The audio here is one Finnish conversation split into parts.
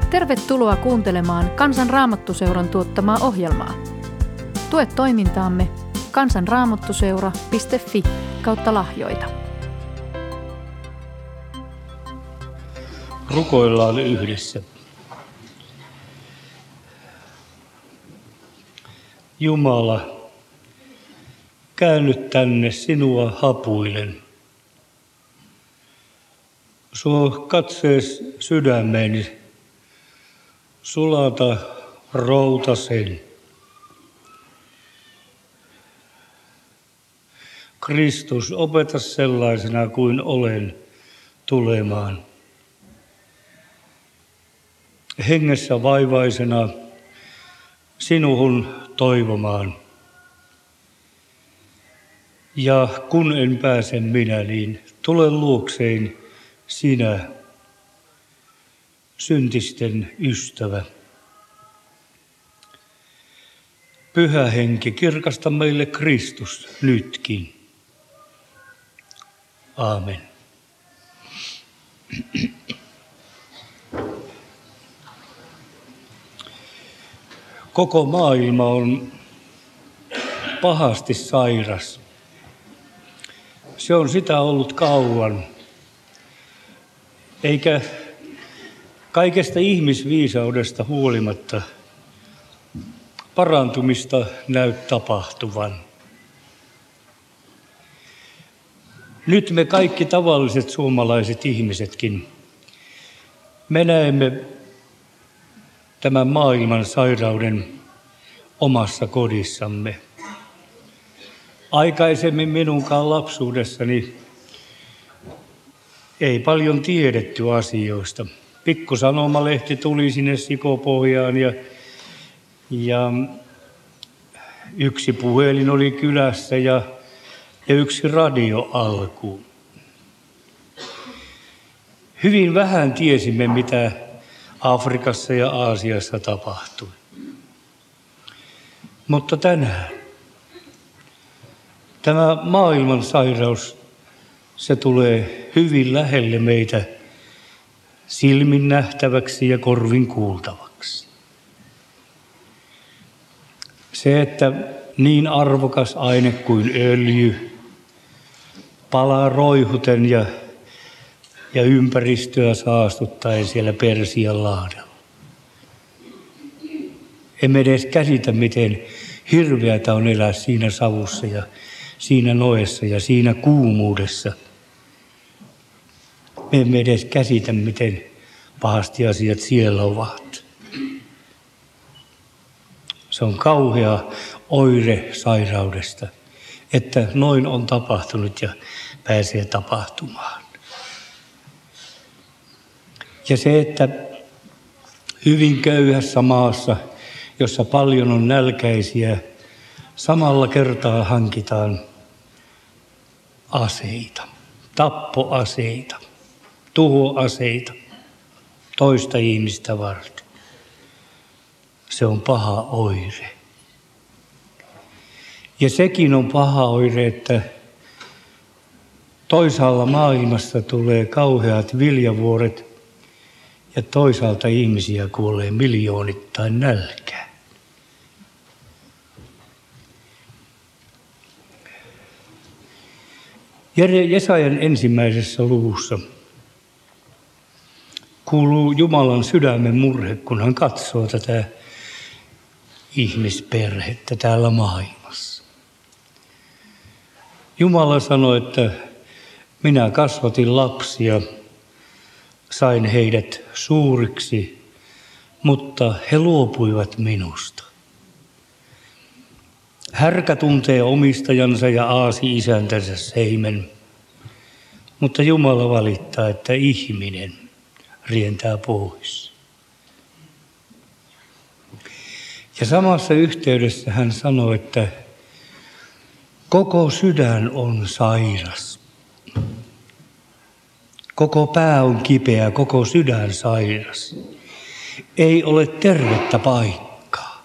Tervetuloa kuuntelemaan Kansan Raamattuseuran tuottamaa ohjelmaa. Tue toimintaamme kansanraamattuseura.fi/lahjoita. Rukoillaan yhdessä. Jumala, käänny tänne, sinua hapuilen. Suo katsees sydämeeni, sulata routasen. Kristus, opeta sellaisena kuin olen tulemaan. Hengessä vaivaisena sinuhun toivomaan. Ja kun en pääse minä, niin tule luokseen sinä, syntisten ystävä. Pyhä Henki, kirkasta meille Kristus nytkin. Aamen. Koko maailma on pahasti sairas. Se on sitä ollut kauan. Eikä kaikesta ihmisviisaudesta huolimatta parantumista näy tapahtuvan. Nyt me kaikki tavalliset suomalaiset ihmisetkin, me näemme tämän maailman sairauden omassa kodissamme. Aikaisemmin minunkaan lapsuudessani ei paljon tiedetty asioista. Pikkusanomalehti tuli sinne Sikopohjaan ja yksi puhelin oli kylässä ja yksi radio alkuun. Hyvin vähän tiesimme, mitä Afrikassa ja Aasiassa tapahtui. Mutta tänään tämä maailman sairaus, se tulee hyvin lähelle meitä silmin nähtäväksi ja korvin kuultavaksi. Se, että niin arvokas aine kuin öljy palaa roihuten ja ympäristöä saastuttaen siellä Persianlahdella. Emme edes käsitä, miten hirveätä on elää siinä savussa ja siinä noessa ja siinä kuumuudessa. Me emme edes käsitä, miten pahasti asiat siellä ovat. Se on kauhea oire sairaudesta, että noin on tapahtunut ja pääsee tapahtumaan. Ja se, että hyvin köyhässä maassa, jossa paljon on nälkäisiä, samalla kertaa hankitaan aseita, tappoaseita, tuhoaseita toista ihmistä varten. Se on paha oire. Ja sekin on paha oire, että toisaalla maailmassa tulee kauheat viljavuoret ja toisaalta ihmisiä kuolee miljoonittain nälkään. Jesajan ensimmäisessä luvussa kuuluu Jumalan sydämen murhe, kun hän katsoo tätä ihmisperhettä täällä maailmassa. Jumala sanoi, että minä kasvatin lapsia, sain heidät suuriksi, mutta he luopuivat minusta. Härkä tuntee omistajansa ja aasi isäntänsä seimen, mutta Jumala valittaa, että ihminen rientää pois. Ja samassa yhteydessä hän sanoi, että koko sydän on sairas. Koko pää on kipeä, koko sydän sairas. Ei ole tervettä paikkaa.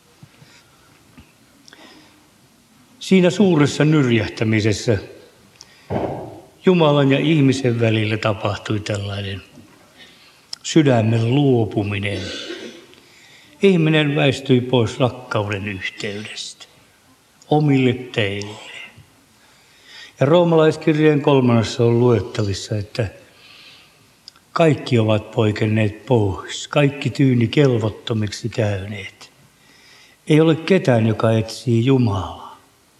Siinä suuressa nyrjähtämisessä Jumalan ja ihmisen välillä tapahtui tällainen sydämen luopuminen. Ihminen väistyi pois rakkauden yhteydestä omille teille. Ja roomalaiskirjeen 3. on luettavissa, että kaikki ovat poikenneet pois, kaikki tyyni kelvottomiksi käyneet. Ei ole ketään, joka etsii Jumalaa.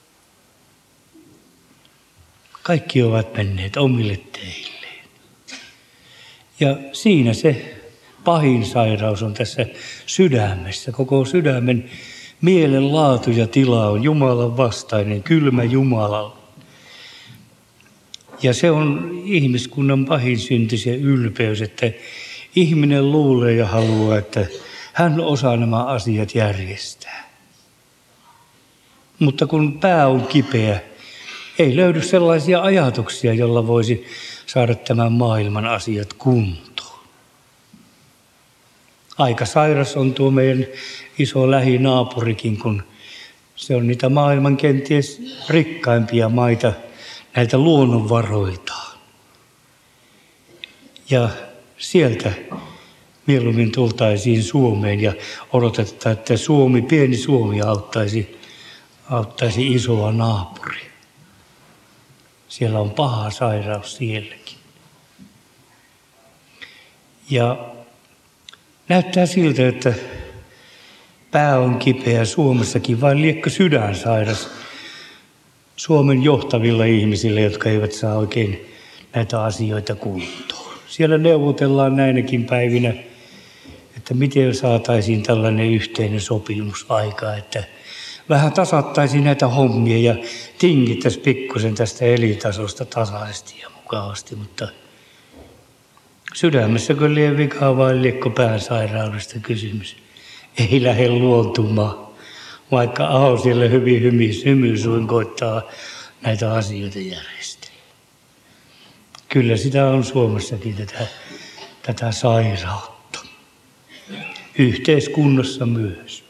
Kaikki ovat menneet omille teilleen. Ja siinä se pahin sairaus on tässä sydämessä. Koko sydämen mielenlaatu ja tila on Jumalan vastainen, kylmä Jumala. Ja se on ihmiskunnan pahin synti, se ylpeys, että ihminen luulee ja haluaa, että hän osaa nämä asiat järjestää. Mutta kun pää on kipeä, ei löydy sellaisia ajatuksia, joilla voisi saada tämän maailman asiat kuntoon. Aika sairas on tuo meidän iso lähinaapurikin, kun se on niitä maailman kenties rikkaimpia maita, näitä luonnonvaroitaan. Ja sieltä mieluummin tultaisiin Suomeen ja odotetaan, että pieni Suomi auttaisi isoa naapuria. Siellä on paha sairaus sielläkin. Ja näyttää siltä, että pää on kipeä Suomessakin, vai liekö sydän sairas Suomen johtavilla ihmisillä, jotka eivät saa oikein näitä asioita kuntoon. Siellä neuvotellaan näinäkin päivinä, että miten saataisiin tällainen yhteinen sopimus aikaa, että vähän tasattaisiin näitä hommia ja tingittäisiin pikkusen tästä elintasosta tasaisesti ja mukavasti, mutta sydämessä kun liian vikaa vai liekko pään sairaudesta kysymys, ei lähde luontumaan. Vaikka Aho siellä hyvin hymysuin koittaa näitä asioita järjestellä. Kyllä sitä on Suomessakin tätä sairautta. Yhteiskunnassa myös.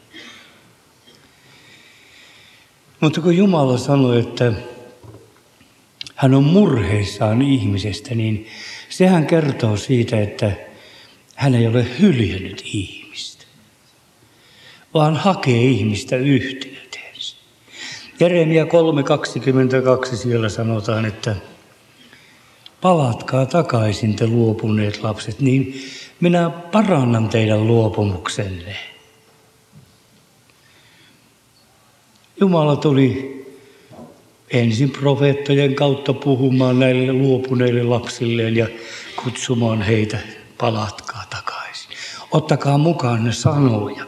Mutta kun Jumala sanoi, että hän on murheissaan ihmisestä, niin sehän kertoo siitä, että hän ei ole hyljännyt ihmistä, vaan hakee ihmistä yhteyteensä. Jeremia 3:22 siellä sanotaan, että palatkaa takaisin te luopuneet lapset, niin minä parannan teidän luopumuksenne. Jumala tuli ensin profeettojen kautta puhumaan näille luopuneille lapsilleen ja kutsumaan heitä, palatkaa takaisin. Ottakaa mukaan ne sanoja.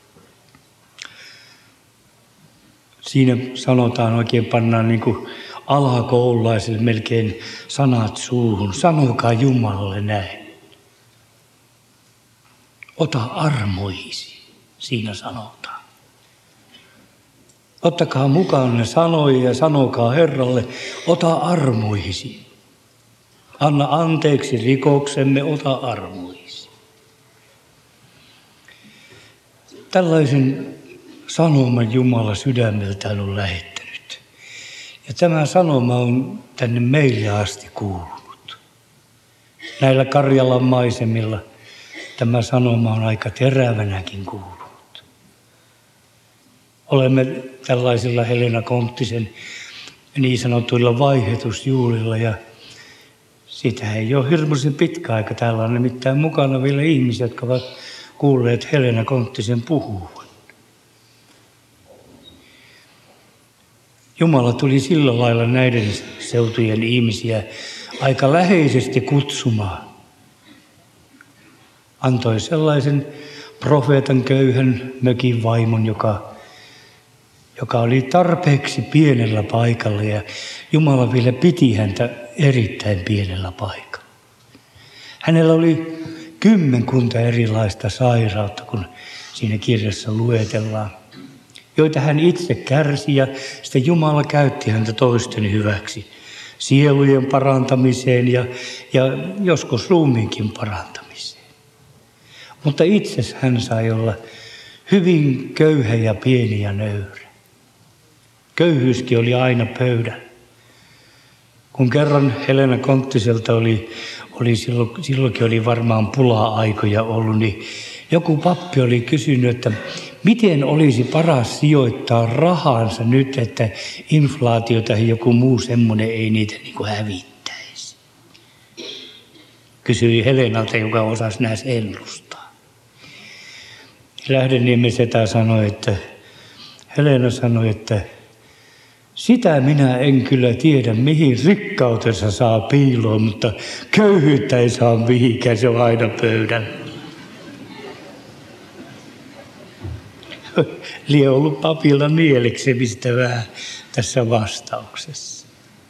Siinä sanotaan, oikein pannaan niin kuin alakoululaisille melkein sanat suuhun. Sanokaa Jumalalle näin. Ota armoihisi, siinä sanotaan. Ottakaa mukaan ne sanoja ja sanokaa Herralle, ota armoihisi. Anna anteeksi rikoksemme, ota armoihisi. Tällaisen sanoman Jumala sydämeltään on lähettänyt. Ja tämä sanoma on tänne meille asti kuulunut. Näillä Karjalan maisemilla tämä sanoma on aika terävänäkin kuulunut. Olemme tällaisilla Helena Konttisen niin sanotuilla vaihetusjuhlilla ja sitä ei ole hirmuisen pitkä aika. Täällä on nimittäin mukana vielä ihmisiä, jotka ovat kuulleet Helena Konttisen puhuvan. Jumala tuli sillä lailla näiden seutujen ihmisiä aika läheisesti kutsumaan. Antoi sellaisen profeetan köyhän mökin vaimon, joka oli tarpeeksi pienellä paikalla ja Jumala vielä piti häntä erittäin pienellä paikalla. Hänellä oli 10 erilaista sairautta, kun siinä kirjassa luetellaan, joita hän itse kärsi ja sitten Jumala käytti häntä toisten hyväksi sielujen parantamiseen ja joskus ruumiinkin parantamiseen. Mutta itse hän sai olla hyvin köyhä ja pieni ja nöyrä. Köyhyyskin oli aina pöydällä. Kun kerran Helena Konttiselta silloinkin oli varmaan pula-aikoja ollut, niin joku pappi oli kysynyt, että miten olisi paras sijoittaa rahansa nyt, että inflaatio tai joku muu semmoinen ei niitä niin kuin hävittäisi. Kysyi Helenalta, joka osasi näissä ennustaa. Lähdeniemen setä sanoi, että Helena sanoi, että sitä minä en kyllä tiedä, mihin rikkautensa saa piiloon, mutta köyhyyttä ei saa mihinkään, se on aina pöydällä. Lie ollut papilla mieleksemistä vähän tässä vastauksessa.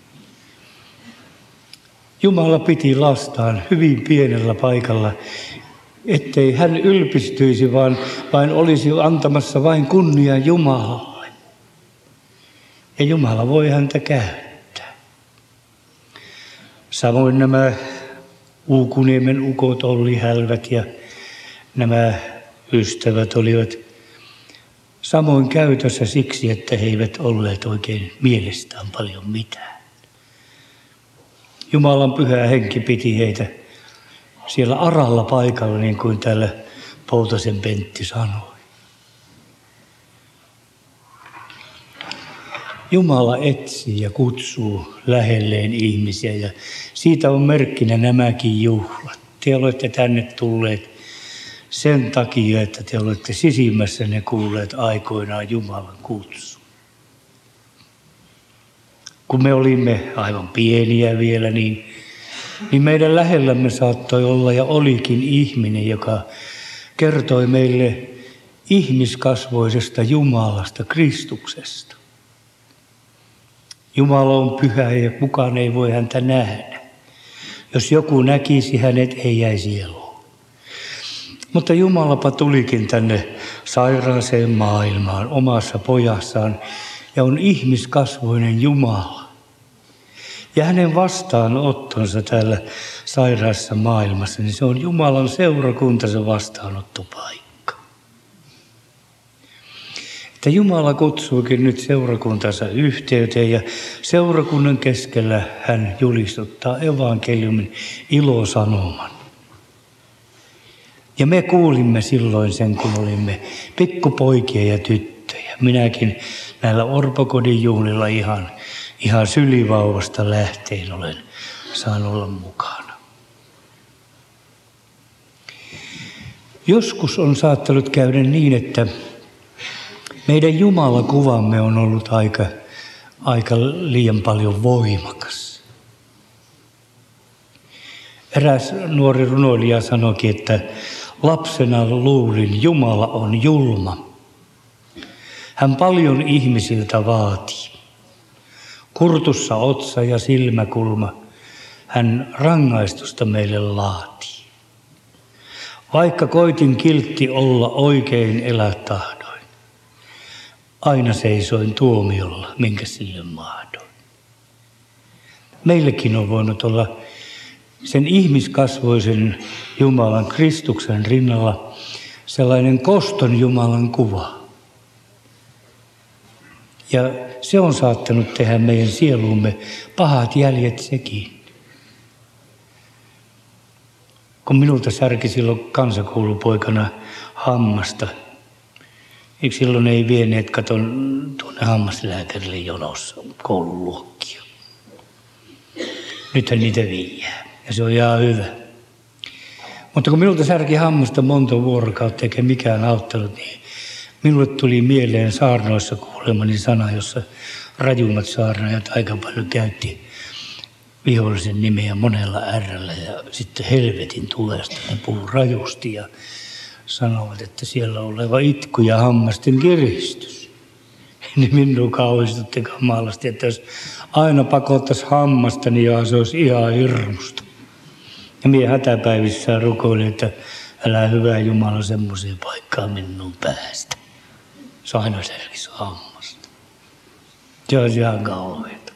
Jumala piti lastaan hyvin pienellä paikalla, ettei hän ylpistyisi, vaan olisi antamassa vain kunnia Jumalalle. Ja Jumala voi häntä käyttää. Samoin nämä Uukuniemen ukot, Olli Hälvät ja nämä ystävät olivat samoin käytössä siksi, että he eivät olleet oikein mielestään paljon mitään. Jumalan pyhä henki piti heitä siellä aralla paikalla, niin kuin täällä Poutasen Pentti sanoi. Jumala etsii ja kutsuu lähelleen ihmisiä ja siitä on merkkinä nämäkin juhlat. Te olette tänne tulleet sen takia, että te olette sisimmässänne kuulleet aikoinaan Jumalan kutsu. Kun me olimme aivan pieniä vielä, niin meidän lähellämme saattoi olla ja olikin ihminen, joka kertoi meille ihmiskasvoisesta Jumalasta, Kristuksesta. Jumala on pyhä ja kukaan ei voi häntä nähdä. Jos joku näkisi hänet, ei jäisi eloon. Mutta Jumalapa tulikin tänne sairaaseen maailmaan omassa pojassaan ja on ihmiskasvoinen Jumala. Ja hänen vastaanottonsa täällä sairaassa maailmassa, niin se on Jumalan seurakunta, se vastaanottopaikka. Että Jumala kutsuukin nyt seurakuntansa yhteyteen ja seurakunnan keskellä hän julistuttaa evankeliumin ilosanoman. Ja me kuulimme silloin sen, kun olimme pikkupoikia ja tyttöjä. Minäkin näillä orpokodin juhlilla ihan sylivauvasta lähteen olen saanut olla mukana. Joskus on saattanut käydä niin, että meidän Jumalakuvamme on ollut aika liian paljon voimakas. Eräs nuori runoilija sanoikin, että lapsena luulin, Jumala on julma. Hän paljon ihmisiltä vaatii. Kurtussa otsa ja silmäkulma, hän rangaistusta meille laatii. Vaikka koitin kiltti olla, oikein elää tahdoin, aina seisoin tuomiolla, minkä sille mahdoin. Meillekin on voinut olla sen ihmiskasvoisen Jumalan, Kristuksen rinnalla sellainen koston Jumalan kuva. Ja se on saattanut tehdä meidän sieluumme pahat jäljet sekin. Kun minulta särki silloin kansakoulupoikana hammasta, eikö silloin ei vieneet katon tuonne hammaslääkärille jonossa koululuokkia. Nythän niitä viiää ja se on ihan hyvä. Mutta kun minulta särki hammasta monta vuorokautta eikä mikään auttanut, niin minulle tuli mieleen saarnoissa kuulemani sana, jossa rajummat saarnaajat aika paljon käytti vihollisen nimeä monella ärrällä ja sitten helvetin tulesta ne puhuu rajusti ja sanovat, että siellä oleva itku ja hammasten kiristys. Niin minua kauhistutti kamalasti, että jos aina pakottaisi hammasta, niin se olisi ihan hirmusta. Ja minä hätäpäivissään rukoilin, että älä hyvä Jumala semmoiseen paikkaan minun päästä. Se aina särkisi hammasta. Se olisi ihan kauheata.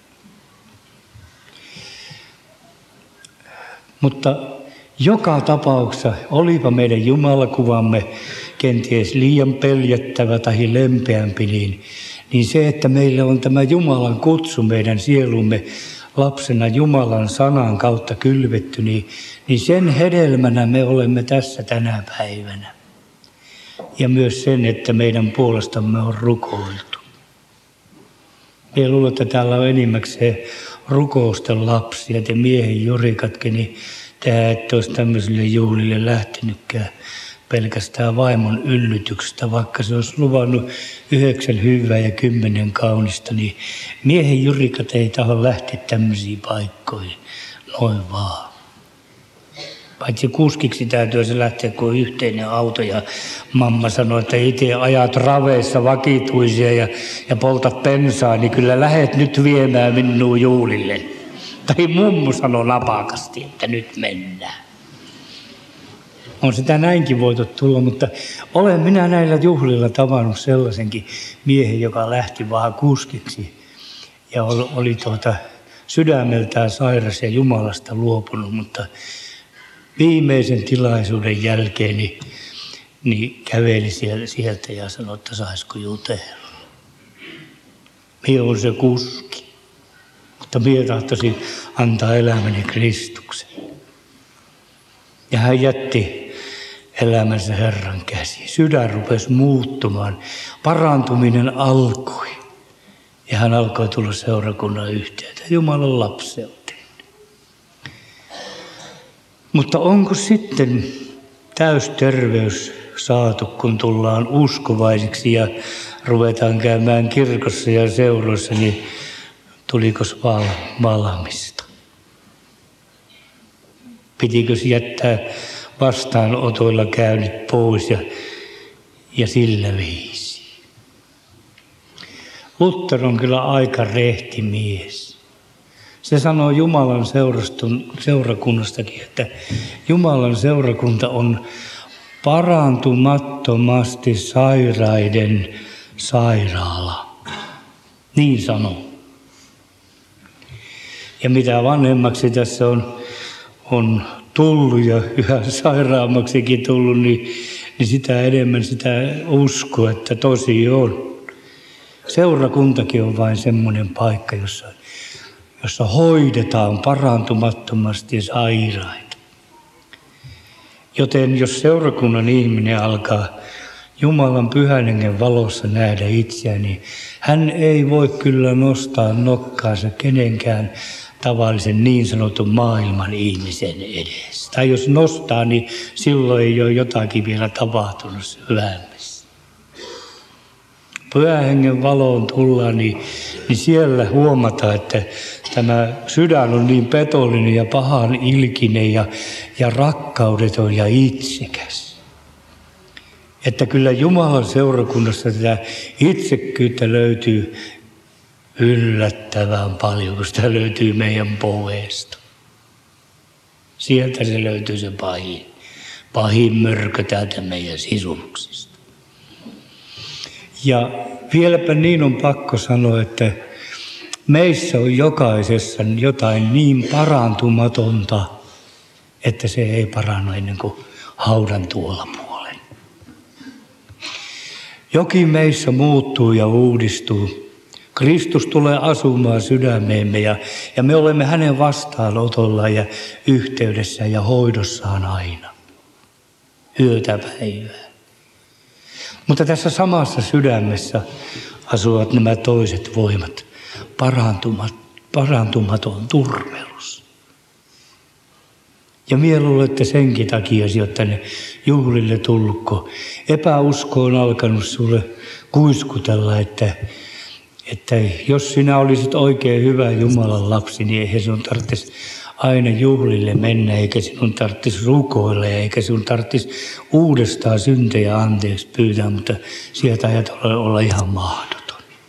Mutta joka tapauksessa, olipa meidän Jumalakuvamme kenties liian peljättävä tai lempeämpi, niin se, että meillä on tämä Jumalan kutsu meidän sielumme lapsena Jumalan sanan kautta kylvetty, niin sen hedelmänä me olemme tässä tänä päivänä. Ja myös sen, että meidän puolestamme on rukoiltu. Minä luulen, että täällä on enimmäkseen rukousten lapsia, te miehen jurikatkin, niin te ette olisi tämmöisille juhlille lähtenytkään pelkästään vaimon yllytyksestä, vaikka se olisi luvannut 9 hyvää ja 10 kaunista, niin miehen jurikat ei taho lähteä tämmöisiin paikkoihin noin vaan. Paitsi kuskiksi täytyy se lähteä, kun on yhteinen auto ja mamma sanoi, että itse ajat raveissa vakituisia ja poltat bensaa, niin kyllä lähet nyt viemään minua juhlille. Tai mummu sanoi napakasti, että nyt mennään. On sitä näinkin voitu tulla, mutta olen minä näillä juhlilla tavannut sellaisenkin miehen, joka lähti vaan kuskiksi ja oli sydämeltään sairas ja Jumalasta luopunut, mutta viimeisen tilaisuuden jälkeen niin käveli sieltä ja sanoi, että saisiko jutella. Minä olen se kuski, mutta minä tahtoisin antaa elämäni Kristukselle. Ja hän jätti elämänsä Herran käsiin. Sydän rupesi muuttumaan. Parantuminen alkoi. Ja hän alkoi tulla seurakunnan yhteyteen. Jumalan lapseuteen. Mutta onko sitten täysterveys saatu, kun tullaan uskovaisiksi ja ruvetaan käymään kirkossa ja seuroissa, niin tuliko valmista? Pitikö jättää vastaanotoilla käynyt pois ja sillä viisi? Luther on kyllä aika rehti mies. Se sanoo Jumalan seurakunnastakin, että Jumalan seurakunta on parantumattomasti sairaiden sairaala. Niin sanoo. Ja mitä vanhemmaksi tässä on tullut ja yhä sairaammaksikin tullut, niin sitä enemmän sitä uskoa, että tosi on. Seurakuntakin on vain semmoinen paikka, jossa hoidetaan parantumattomasti sairaita. Joten jos seurakunnan ihminen alkaa Jumalan pyhän hengen valossa nähdä itseään, niin hän ei voi kyllä nostaa nokkaansa kenenkään tavallisen niin sanotun maailman ihmisen edessä. Tai jos nostaa, niin silloin ei ole jotakin vielä tapahtunut sydämessä. Pyhän hengen valoon tullaan, niin siellä huomataan, että tämä sydän on niin petollinen ja pahan ilkinen ja rakkaudeton ja itsekäs. Että kyllä Jumalan seurakunnassa tätä itsekkyyttä löytyy yllättävän paljon, kun sitä löytyy meidän puheesta. Sieltä se löytyy se pahin mörkö täältä meidän sisumuksista. Ja vieläpä niin on pakko sanoa, että meissä on jokaisessa jotain niin parantumatonta, että se ei parannu ennen kuin haudan tuolla puolen. Jokin meissä muuttuu ja uudistuu. Kristus tulee asumaan sydämeemme ja me olemme hänen vastaanotollaan ja yhteydessään ja hoidossaan aina. Yötä päivää. Mutta tässä samassa sydämessä asuvat nämä toiset voimat. Parantumaton turmelus. Ja minä luulen, että senkin takia sinä olet tänne juhlille tullut, kun epäusko on alkanut sinulle kuiskutella, että jos sinä olisit oikein hyvä Jumalan lapsi, niin eihän sinun tarvitsisi aina juhlille mennä, eikä sinun tarvitsisi rukoilla, eikä sinun tarvitsisi uudestaan syntejä anteeksi pyytää, mutta sieltä ajat olla ihan mahdoton.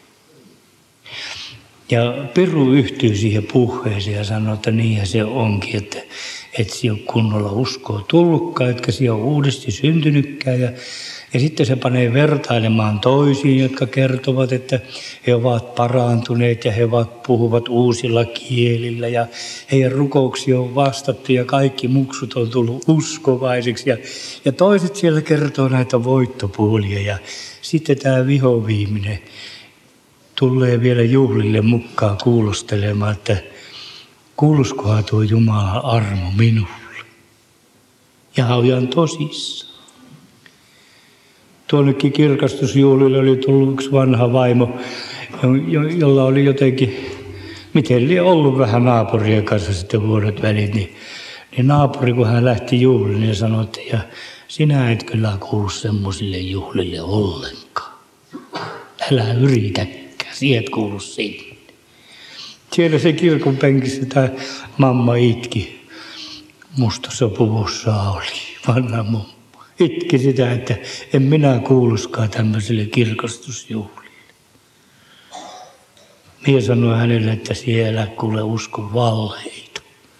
Ja Piru yhtyy siihen puheeseen ja sanoo, että niinhän se onkin, että et sinä ole kunnolla uskoa tullutkaan, etkä sinä ole uudesti syntynytkään. Ja sitten se panee vertailemaan toisiin, jotka kertovat, että he ovat parantuneet ja he puhuvat uusilla kielillä ja heidän rukouksia on vastattu ja kaikki muksut on tullut uskovaisiksi. Ja toiset siellä kertoo näitä voittopuolia ja sitten tämä vihoviiminen tulee vielä juhlille mukaan kuulostelemaan, että kuuluskohan tuo Jumalan armo minulle. Ja ihan tosissaan. Tuonnekin kirkastusjuhlille oli tullut yksi vanha vaimo, jolla oli jotenkin, miten lie ollut vähän naapurien kanssa sitten vuodet välit, niin naapuri, kun hän lähti juhlille, niin sanoi, että ja sinä et kyllä kuulu semmoisille juhlille ollenkaan. Älä yritäkään, sinä et kuulu sinne. Siellä se kirkon penkissä tämä mamma itki. Mustassa puvussa oli vanha mummo. Itki sitä, että en minä kuuluskaan tämmöiselle kirkastusjuhlille. Minä sanoin hänelle, että siellä kuule usko valheita.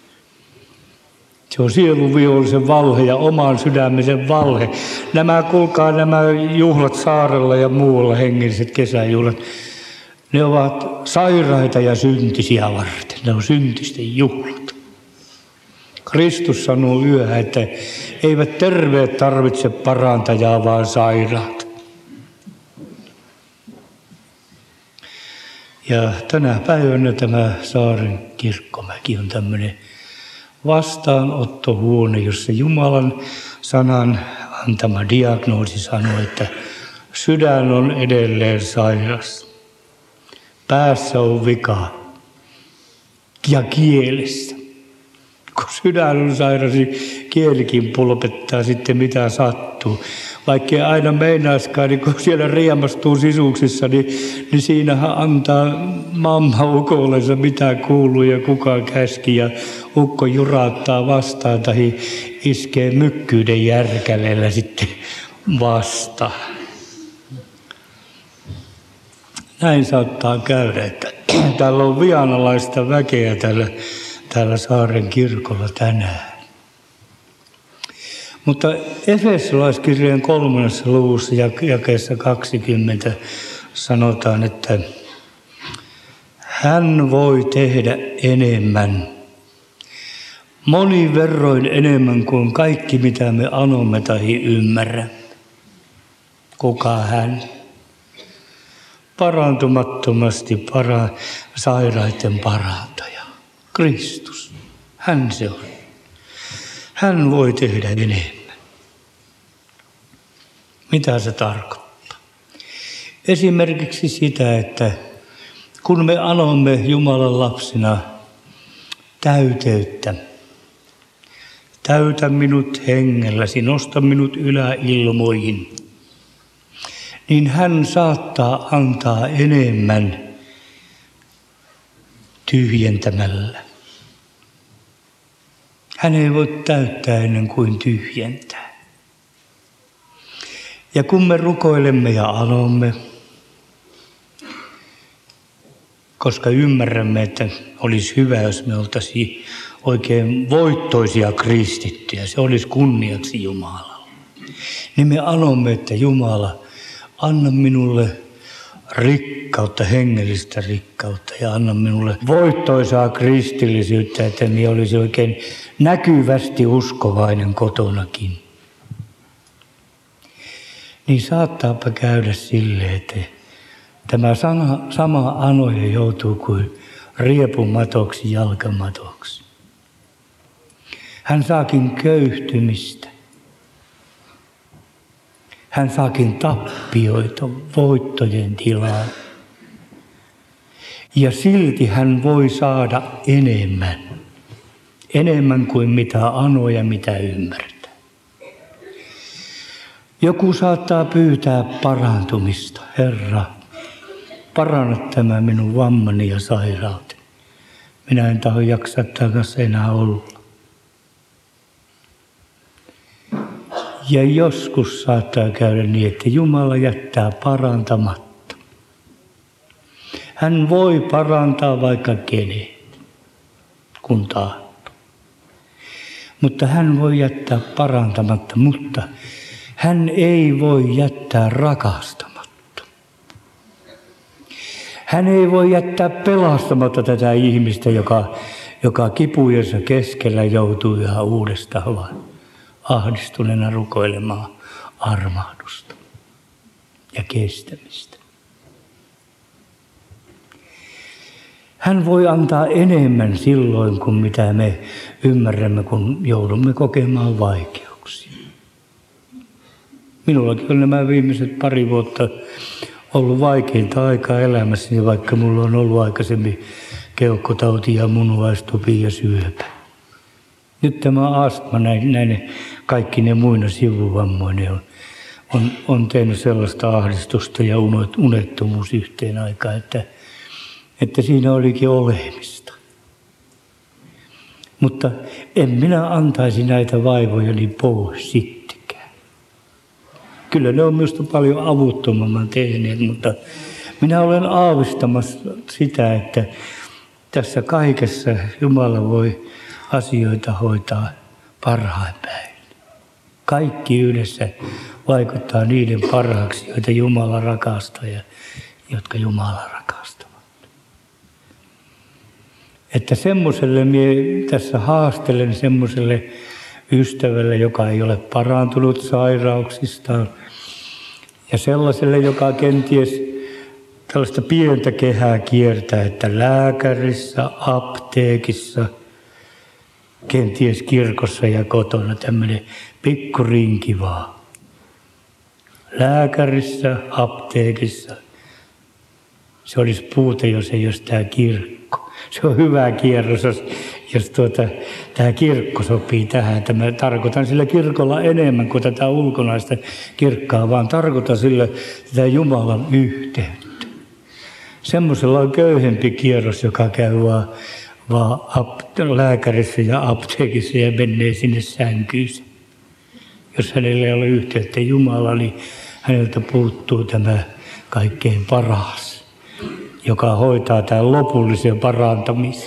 Se on sielunvihollisen valhe ja oman sydämisen valhe. Kuulkaa nämä juhlat saarella ja muualla, hengelliset kesäjuhlat, ne ovat sairaita ja syntisiä varten. Ne on syntisten juhlat. Kristus sanoo yhä, että eivät terveet tarvitse parantajaa, vaan sairaat. Ja tänä päivänä tämä Saaren kirkkomäki on tämmöinen vastaanottohuone, jossa Jumalan sanan antama diagnoosi sanoo, että sydän on edelleen sairas. Päässä on vika ja kielessä. Kun sydän on sairas, niin kielikin pulpettaa sitten mitä sattuu. Vaikkei aina meinaiskaan, niin kun siellä riemastuu sisuksissa, niin siinähän antaa mamma ukollensa mitä kuuluu ja kuka käski. Ja ukko juraattaa vastaan tai iskee mykkyyden järkäleellä sitten vastaan. Näin saattaa käydä, että täällä on vianalaista väkeä täällä Saaren kirkolla tänään. Mutta Efesolaiskirjeen 3. luvussa jakeessa 20 sanotaan, että hän voi tehdä enemmän, monin verroin enemmän kuin kaikki mitä me anomme tai ymmärrämme. Kuka hän? Parantumattomasti sairaiden parantaja. Kristus. Hän se on. Hän voi tehdä enemmän. Mitä se tarkoittaa? Esimerkiksi sitä, että kun me anomme Jumalan lapsina täyteyttä, täytä minut hengelläsi, nosta minut yläilmoihin, niin hän saattaa antaa enemmän tyhjentämällä. Hän ei voi täyttää ennen kuin tyhjentää. Ja kun me rukoilemme ja anomme, koska ymmärrämme, että olisi hyvä, jos me oltaisiin oikein voittoisia kristittyjä, se olisi kunniaksi Jumalalle, niin me anomme, että Jumala, anna minulle rikkautta, hengellistä rikkautta ja anna minulle voittoisaa kristillisyyttä, että minä olisi oikein näkyvästi uskovainen kotonakin. Niin saattaapa käydä silleen, että tämä sama anoja joutuu kuin riepumatoksi, jalkamatoksi. Hän saakin köyhtymistä. Hän saakin tappioita voittojen tilaan. Ja silti hän voi saada enemmän. Enemmän kuin mitä anoo ja mitä ymmärtää. Joku saattaa pyytää parantumista. Herra, paranna tämä minun vammani ja sairauteni. Minä en tahdo jaksaa tämän kanssa enää olla. Ja joskus saattaa käydä niin, että Jumala jättää parantamatta. Hän voi parantaa vaikka kenet, kun tahtoo. Mutta hän voi jättää parantamatta, mutta hän ei voi jättää rakastamatta. Hän ei voi jättää pelastamatta tätä ihmistä, joka kipujensa keskellä joutuu yhä uudestaan vaan ahdistuneena rukoilemaan armahdusta ja kestämistä. Hän voi antaa enemmän silloin kuin mitä me ymmärrämme, kun joudumme kokemaan vaikeuksia. Minullakin on nämä viimeiset 2 vuotta ollut vaikeinta aikaa elämässäni, vaikka mulla on ollut aikaisemmin keuhkotauti ja munuaistupi ja syöpä. Nyt tämä astma näin kaikki ne muina sivuvammoinen on tehnyt sellaista ahdistusta ja unettomuus yhteen aikaan, että siinä olikin olemista. Mutta en minä antaisi näitä vaivojani pois sittenkään. Kyllä ne on minusta paljon avuttomamman tehneet, mutta minä olen aavistamassa sitä, että tässä kaikessa Jumala voi asioita hoitaa parhain päin. Kaikki yhdessä vaikuttaa niiden parhaaksi, joita Jumala rakastaa ja jotka Jumala rakastavat. Että semmoiselle minä tässä haastelen semmoiselle ystävälle, joka ei ole parantunut sairauksistaan, ja sellaiselle, joka kenties tällaista pientä kehää kiertää, että lääkärissä, apteekissa, kenties kirkossa ja kotona tämmöinen pikkurinki vaan. Lääkärissä, apteekissa. Se olisi puute, jos ei olisi tämä kirkko. Se on hyvä kierros, jos tämä kirkko sopii tähän. Mä tarkoitan sillä kirkolla enemmän kuin tätä ulkonaista kirkkaa, vaan tarkoitan sillä tätä Jumalan yhteyttä. Semmoisella on köyhempi kierros, joka käy vaan lääkärissä ja apteekissa ja menee sinne sänkyyn. Jos hänellä ei ole yhteyttä Jumalaa, niin häneltä puuttuu tämä kaikkein paras, joka hoitaa tämän lopullisen parantamisen.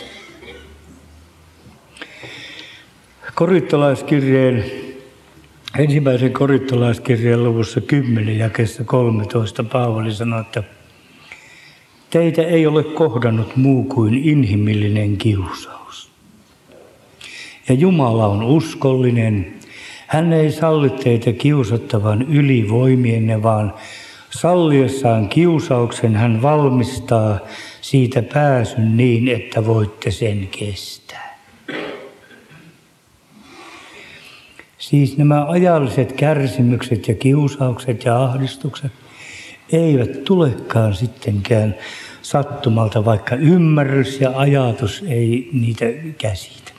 Ensimmäisen korintolaiskirjeen luvussa 10 jakeessa 13 Paavali sanoi, että teitä ei ole kohdannut muu kuin inhimillinen kiusaus. Ja Jumala on uskollinen. Hän ei salli teitä kiusattavan ylivoimienne, vaan salliessaan kiusauksen hän valmistaa siitä pääsyn niin, että voitte sen kestää. Siis nämä ajalliset kärsimykset ja kiusaukset ja ahdistukset eivät tulekaan sittenkään sattumalta, vaikka ymmärrys ja ajatus ei niitä käsitä.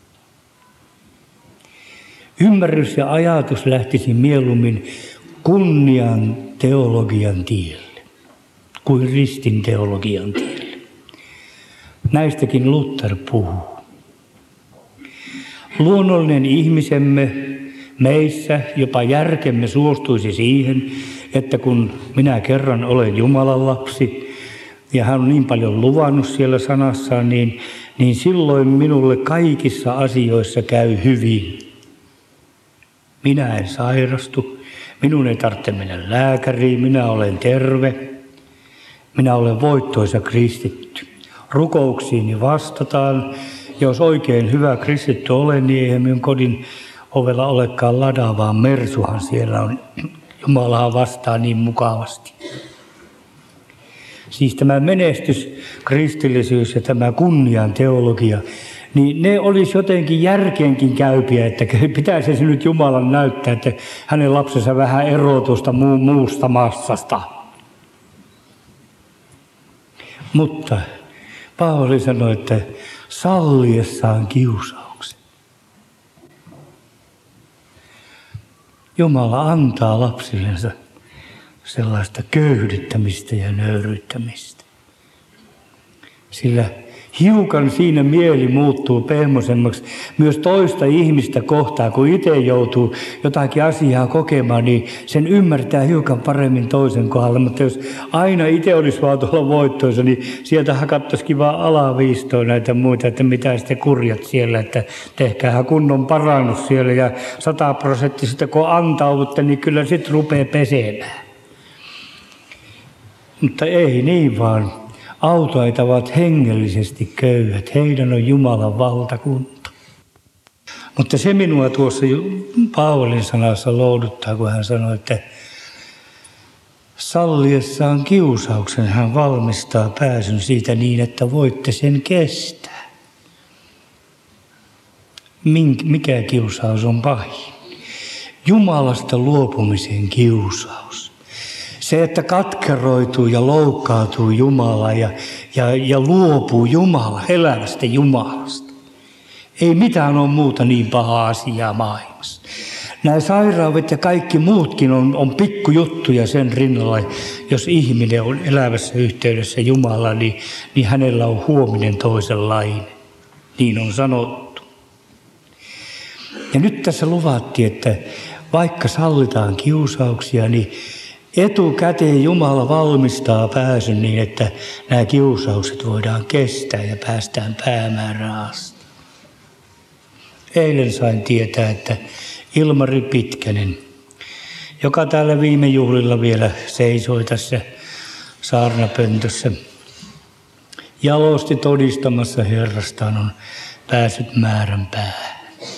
Ymmärrys ja ajatus lähtisi mieluummin kunnian teologian tielle kuin ristin teologian tielle. Näistäkin Luther puhuu. Luonnollinen ihmisemme, meissä jopa järkemme suostuisi siihen, että kun minä kerran olen Jumalan lapsi ja hän on niin paljon luvannut siellä sanassaan, niin silloin minulle kaikissa asioissa käy hyvin. Minä en sairastu, minun ei tarvitse mennä lääkäriin, minä olen terve, minä olen voittoisa kristitty. Rukouksiini vastataan. Jos oikein hyvä kristitty olen, niin eihän minun kodin ovella olekaan ladaa, vaan mersuhan siellä on. Jumalaa vastaa niin mukavasti. Siis tämä menestys, kristillisyys ja tämä kunnian teologia, niin ne olisi jotenkin järkeenkin käypiä, että pitäisi se nyt Jumalan näyttää, että hänen lapsensa vähän erotusta muusta massasta. Mutta Paavali sanoi, että salliessaan kiusauksen. Jumala antaa lapsillensa sellaista köyhdyttämistä ja nöyryyttämistä. Sillä hiukan siinä mieli muuttuu pehmoisemmaksi myös toista ihmistä kohtaan, kun itse joutuu jotakin asiaa kokemaan, niin sen ymmärtää hiukan paremmin toisen kohdalla. Mutta jos aina itse olisi vaan tuolla voittoissa, niin sieltä hakattaisikin vaan alaviistoon näitä muita, että mitä sitten kurjat siellä, että tehkäähän kunnon parannus siellä ja 100% kun antaudutte, niin kyllä sitten rupeaa pesemään. Mutta ei niin vaan. Autoitavat hengellisesti köyhät, heidän on Jumalan valtakunta. Mutta se minua tuossa Paavalin sanassa lohduttaa, kun hän sanoi, että salliessaan kiusauksen hän valmistaa pääsyn siitä niin, että voitte sen kestää. Mikä kiusaus on pahin? Jumalasta luopumisen kiusaus. Se, että katkeroituu ja loukkautuu Jumala ja luopuu elävästä Jumalasta. Ei mitään ole muuta niin pahaa asiaa maailmassa. Nämä sairaudet ja kaikki muutkin on pikkujuttuja sen rinnalla. Jos ihminen on elävässä yhteydessä Jumalaan, niin hänellä on huominen toisenlainen. Niin on sanottu. Ja nyt tässä luvattiin, että vaikka sallitaan kiusauksia, niin etukäteen Jumala valmistaa pääsyn niin, että nämä kiusaukset voidaan kestää ja päästään päämäärään asti. Eilen sain tietää, että Ilmari Pitkänen, joka täällä viime juhlilla vielä seisoi tässä saarnapöntössä, jalosti todistamassa Herrastaan, on päässyt määrän päähän.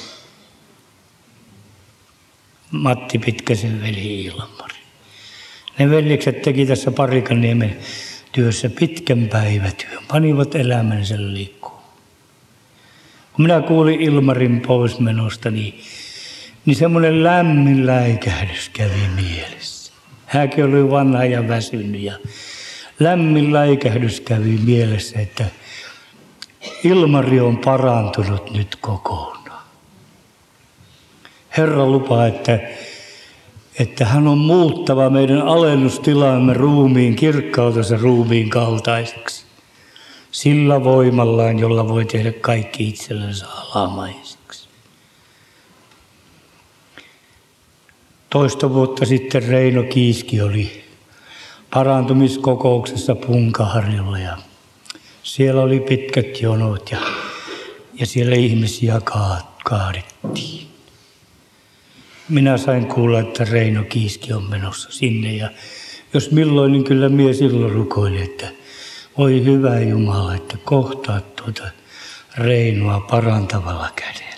Matti Pitkäsen veli Ilmari. Ne veljekset teki tässä Parikanniemen työssä pitkän päivätyön, panivat elämänsä liikkuun. Kun minä kuulin Ilmarin poismenosta, niin semmoinen lämmin läikähdys kävi mielessä. Hänkin oli vanha ja väsynyt ja lämmin läikähdys kävi mielessä, että Ilmari on parantunut nyt kokonaan. Herra lupaa, että hän on muuttava meidän alennustilaamme ruumiin kirkkautensa ruumiin kaltaiseksi. Sillä voimallaan, jolla voi tehdä kaikki itsellensä alamaiseksi. Toista vuotta sitten Reino Kiiski oli parantumiskokouksessa Punkaharjulla ja siellä oli pitkät jonot ja siellä ihmisiä kaadettiin. Minä sain kuulla, että Reino Kiiski on menossa sinne ja jos milloin, niin kyllä minä silloin rukoilin, että voi hyvä Jumala, että kohtaat tuota Reinoa parantavalla kädellä.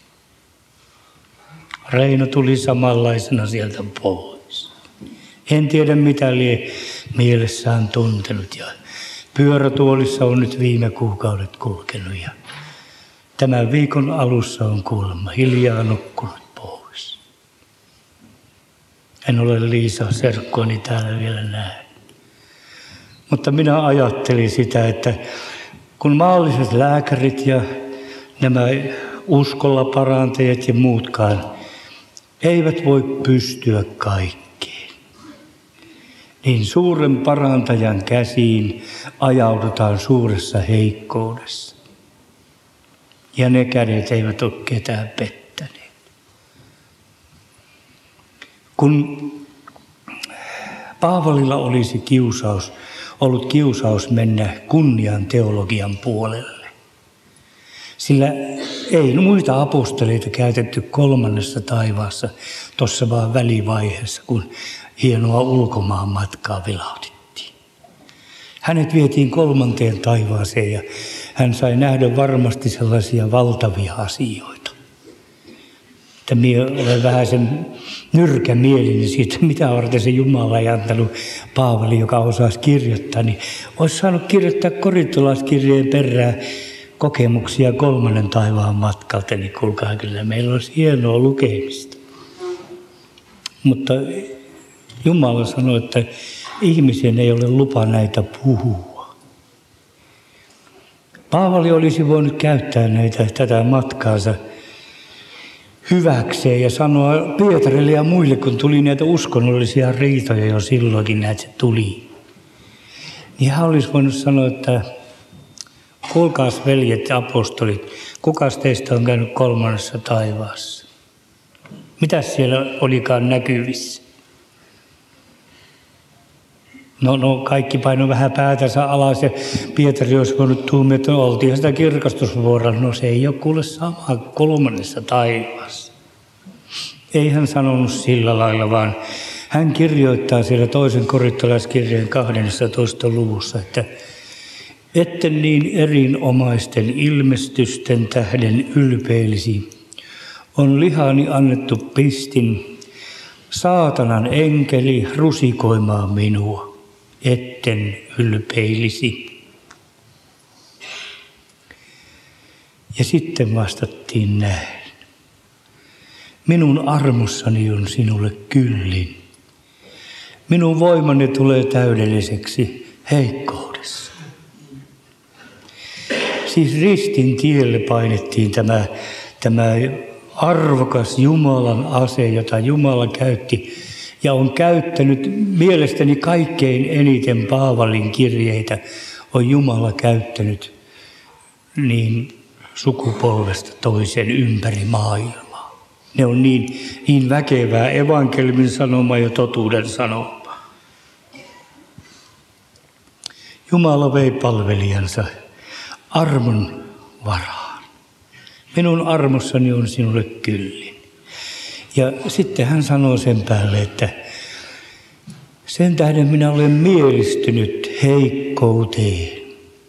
Reino tuli samanlaisena sieltä pois. En tiedä mitä lie mielessään tuntenut ja pyörätuolissa on nyt viime kuukaudet kulkenut ja tämän viikon alussa on kuulemma hiljaa nukkunut pois. En ole Liisaa serkkuani täällä vielä nähnyt. Mutta minä ajattelin sitä, että kun maalliset lääkärit ja nämä uskolla parantajat ja muutkaan eivät voi pystyä kaikkeen, niin suuren parantajan käsiin ajaudutaan suuressa heikkoudessa. Ja ne kädet eivät ole ketään pettäneet. Kun Paavalilla olisi ollut kiusaus mennä kunnian teologian puolelle, sillä ei muita aposteleita käytetty kolmannessa taivaassa tuossa vaan välivaiheessa, kun hienoa ulkomaan matkaa vilautettiin. Hänet vietiin kolmanteen taivaaseen ja hän sai nähdä varmasti sellaisia valtavia asioita. Että minä olen vähän sen nyrkämielinen siitä, mitä varten se Jumala ei antanut Paavali, joka osasi kirjoittaa, niin olisi saanut kirjoittaa korintolaiskirjeen perään kokemuksia kolmannen taivaan matkalta, niin kuulkaa kyllä, meillä olisi hienoa lukemista. Mutta Jumala sanoi, että ihmisen ei ole lupa näitä puhua. Paavali olisi voinut käyttää tätä matkaansa hyväkseen ja sanoa Pietarille ja muille, kun tuli näitä uskonnollisia riitoja jo silloinkin, näitä se tuli. Niin hän olisi voinut sanoa, että kuulkaas veljet ja apostolit, kukas teistä on käynyt kolmannessa taivaassa? Mitäs siellä olikaan näkyvissä? No kaikki paino vähän päätänsä alas ja Pietari olisi voinut tuumia, että oltiin sitä kirkastusvuorolla. No se ei ole kuule sama kolmannessa taivaassa. Ei hän sanonut sillä lailla, vaan hän kirjoittaa siellä toisen korintolaiskirjeen 12. luvussa, että etten niin erinomaisten ilmestysten tähden ylpeilisi, on lihani annettu pistin saatanan enkeli rusikoimaan minua, etten ylpeilisi. Ja sitten vastattiin näin. Minun armossani on sinulle kyllin. Minun voimani tulee täydelliseksi heikkoudessa. Siis ristin tielle painettiin tämä arvokas Jumalan ase, jota Jumala käytti ja on käyttänyt mielestäni kaikkein eniten Paavalin kirjeitä on Jumala käyttänyt niin sukupolvesta toisen ympäri maailmaa. Ne on niin väkevää evankeliumin sanoma ja totuuden sanoma. Jumala vei palvelijansa armon varaan. Minun armossani on sinulle kyllin. Ja sitten hän sanoo sen päälle, että sen tähden minä olen mielistynyt heikkouteen,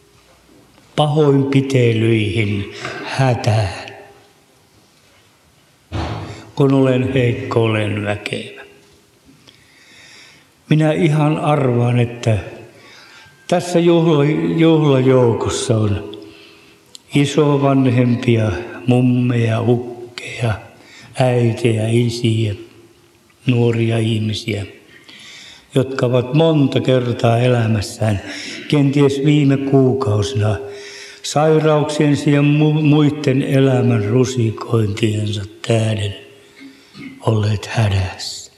pahoinpitelyihin, hätään. Kun olen heikko, olen väkevä. Minä ihan arvaan, että tässä juhlajoukossa on isovanhempia, mummeja, ukkeja, äitejä, isiä, nuoria ihmisiä, jotka ovat monta kertaa elämässään, kenties viime kuukausina, sairauksiensa ja muiden elämän rusikointiensa tähden olleet hädässä.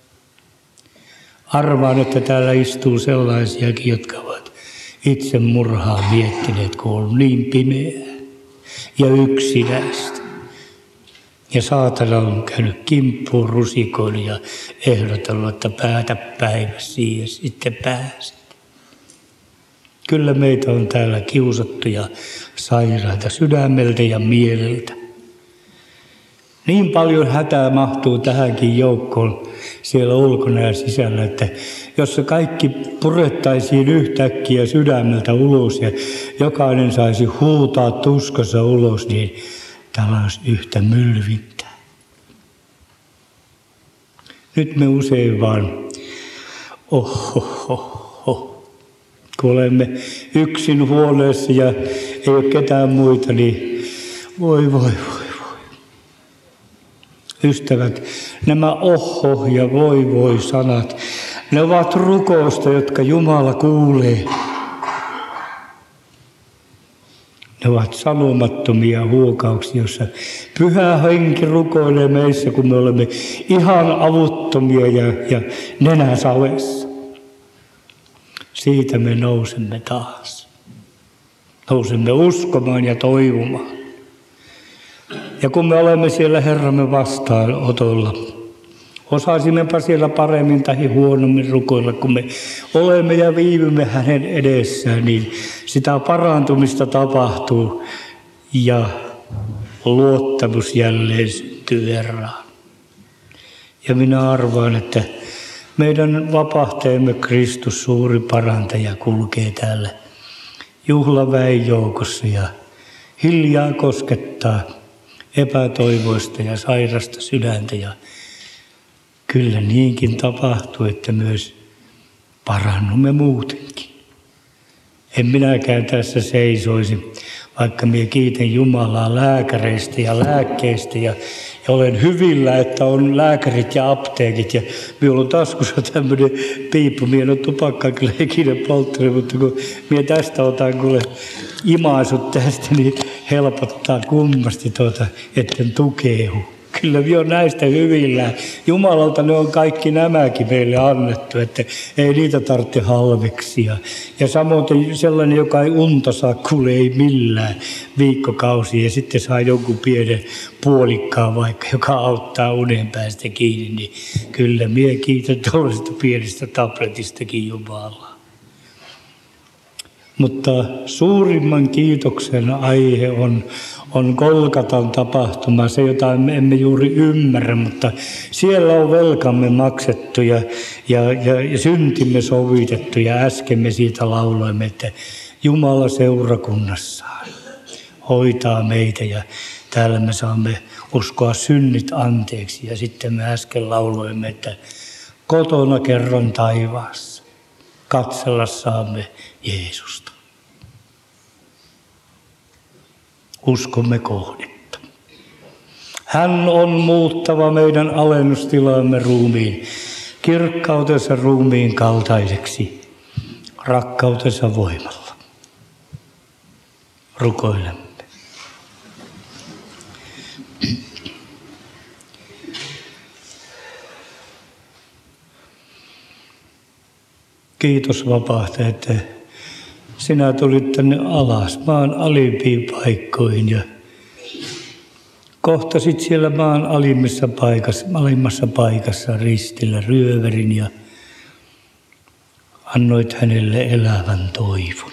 Arvaan, että täällä istuu sellaisiakin, jotka ovat itse murhaa miettineet, kun on niin pimeää ja yksinäistä. Ja saatana on käynyt kimppuun rusikoille ja ehdotellut, että päätä päivässä ja sitten pääset. Kyllä meitä on täällä kiusattu ja sairaita sydämeltä ja mieleltä. Niin paljon hätää mahtuu tähänkin joukkoon siellä ulkona ja sisällä, että jos se kaikki purettaisiin yhtäkkiä sydämeltä ulos ja jokainen saisi huutaa tuskassa ulos, niin täällä olisi yhtä mylvintä. Nyt me usein vaan kun olemme yksin huoneessa ja ei ole ketään muita, niin voi. Ystävät, nämä ja voi sanat, ne ovat rukousta, jotka Jumala kuulee. Ne ovat sanomattomia huokauksia, joissa Pyhä Henki rukoilee meissä, kun me olemme ihan avuttomia ja nenäsavessa. Siitä me nousemme taas. Nousemme uskomaan ja toivomaan. Ja kun me olemme siellä Herramme vastaanotolla, osaisimmepa siellä paremmin tai huonommin rukoilla, kun me olemme ja viivymme hänen edessään, niin sitä parantumista tapahtuu ja luottamus jälleen syntyy Herraan. Ja minä arvaan, että meidän vapahtajamme Kristus, suuri parantaja, kulkee täällä juhlaväen joukossa ja hiljaa koskettaa epätoivoista ja sairasta sydäntä. Ja kyllä niinkin tapahtuu, että myös parannumme muutenkin. En minäkään tässä seisoisi, vaikka minä kiitän Jumalaa lääkäreistä ja lääkkeistä ja olen hyvillä, että on lääkärit ja apteekit ja minulla on taskussa tämmöinen piippu. Minä en ole tupakkaa kyllä ikinä polttanut, mutta kun minä tästä otan kuule imaisut tästä, niin helpottaa kummasti etten tukeudu. Kyllä minä olen näistä hyvillään. Jumalalta ne on kaikki nämäkin meille annettu, että ei niitä tarvitse halveksia. Ja samoin sellainen, joka ei unta saa, kuule ei millään viikkokausia ja sitten saa jonkun pienen puolikkaan vaikka, joka auttaa unen päästä kiinni, niin kyllä minä kiitän tuollaisesta pienestä tabletistakin Jumalaa. Mutta suurimman kiitoksen aihe on Golgatan tapahtuma, se jota emme juuri ymmärrä, mutta siellä on velkamme maksettu ja syntimme sovitettu ja äsken me siitä lauloimme, että Jumala seurakunnassaan hoitaa meitä ja Täällä me saamme uskoa synnit anteeksi ja sitten me äsken lauloimme, että kotona kerron taivaassa. Katsella saamme Jeesusta. Uskomme kohdetta. Hän on muuttava meidän alennustilaamme ruumiin, kirkkautensa ruumiin kaltaiseksi, rakkautensa voimalla. Rukoilemme. Kiitos vapahtaja, että sinä tulit tänne alas maan alimpiin paikkoihin ja kohtasit siellä maan alimmassa paikassa ristillä ryöverin ja annoit hänelle elävän toivon.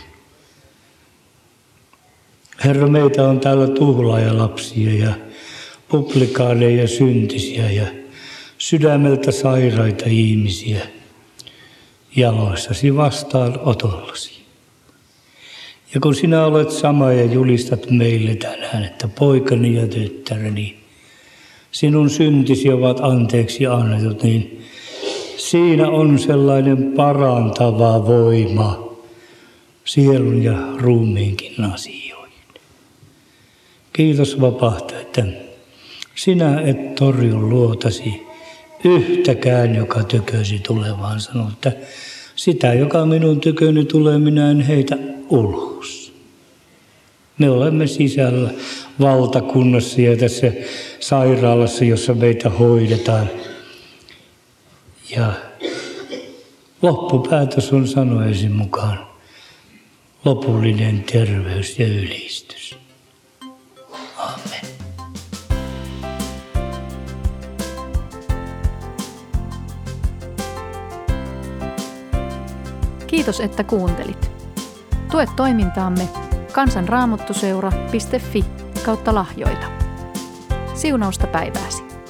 Herra, meitä on täällä tuhlaajalapsia ja publikaaneja ja syntisiä ja sydämeltä sairaita ihmisiä jaloissasi vastaanotollasi. Ja kun sinä olet sama ja julistat meille tänään, että poikani ja tyttäreni, sinun syntisi ovat anteeksi annetut, niin siinä on sellainen parantava voima sielun ja ruumiinkin asioihin. Kiitos vapahtaja, että sinä et torju luotasi yhtäkään, joka tykösi tulevaan. Sano, että sitä, joka minun tyköni tulee, minä en heitä ulos. Me olemme sisällä valtakunnassa ja tässä sairaalassa, jossa meitä hoidetaan. Ja loppupäätös on sanojesi mukaan lopullinen terveys ja ylistys. Amen. Kiitos, että kuuntelit. Tue toimintaamme kansanraamattuseura.fi/lahjoita. Siunausta päivääsi.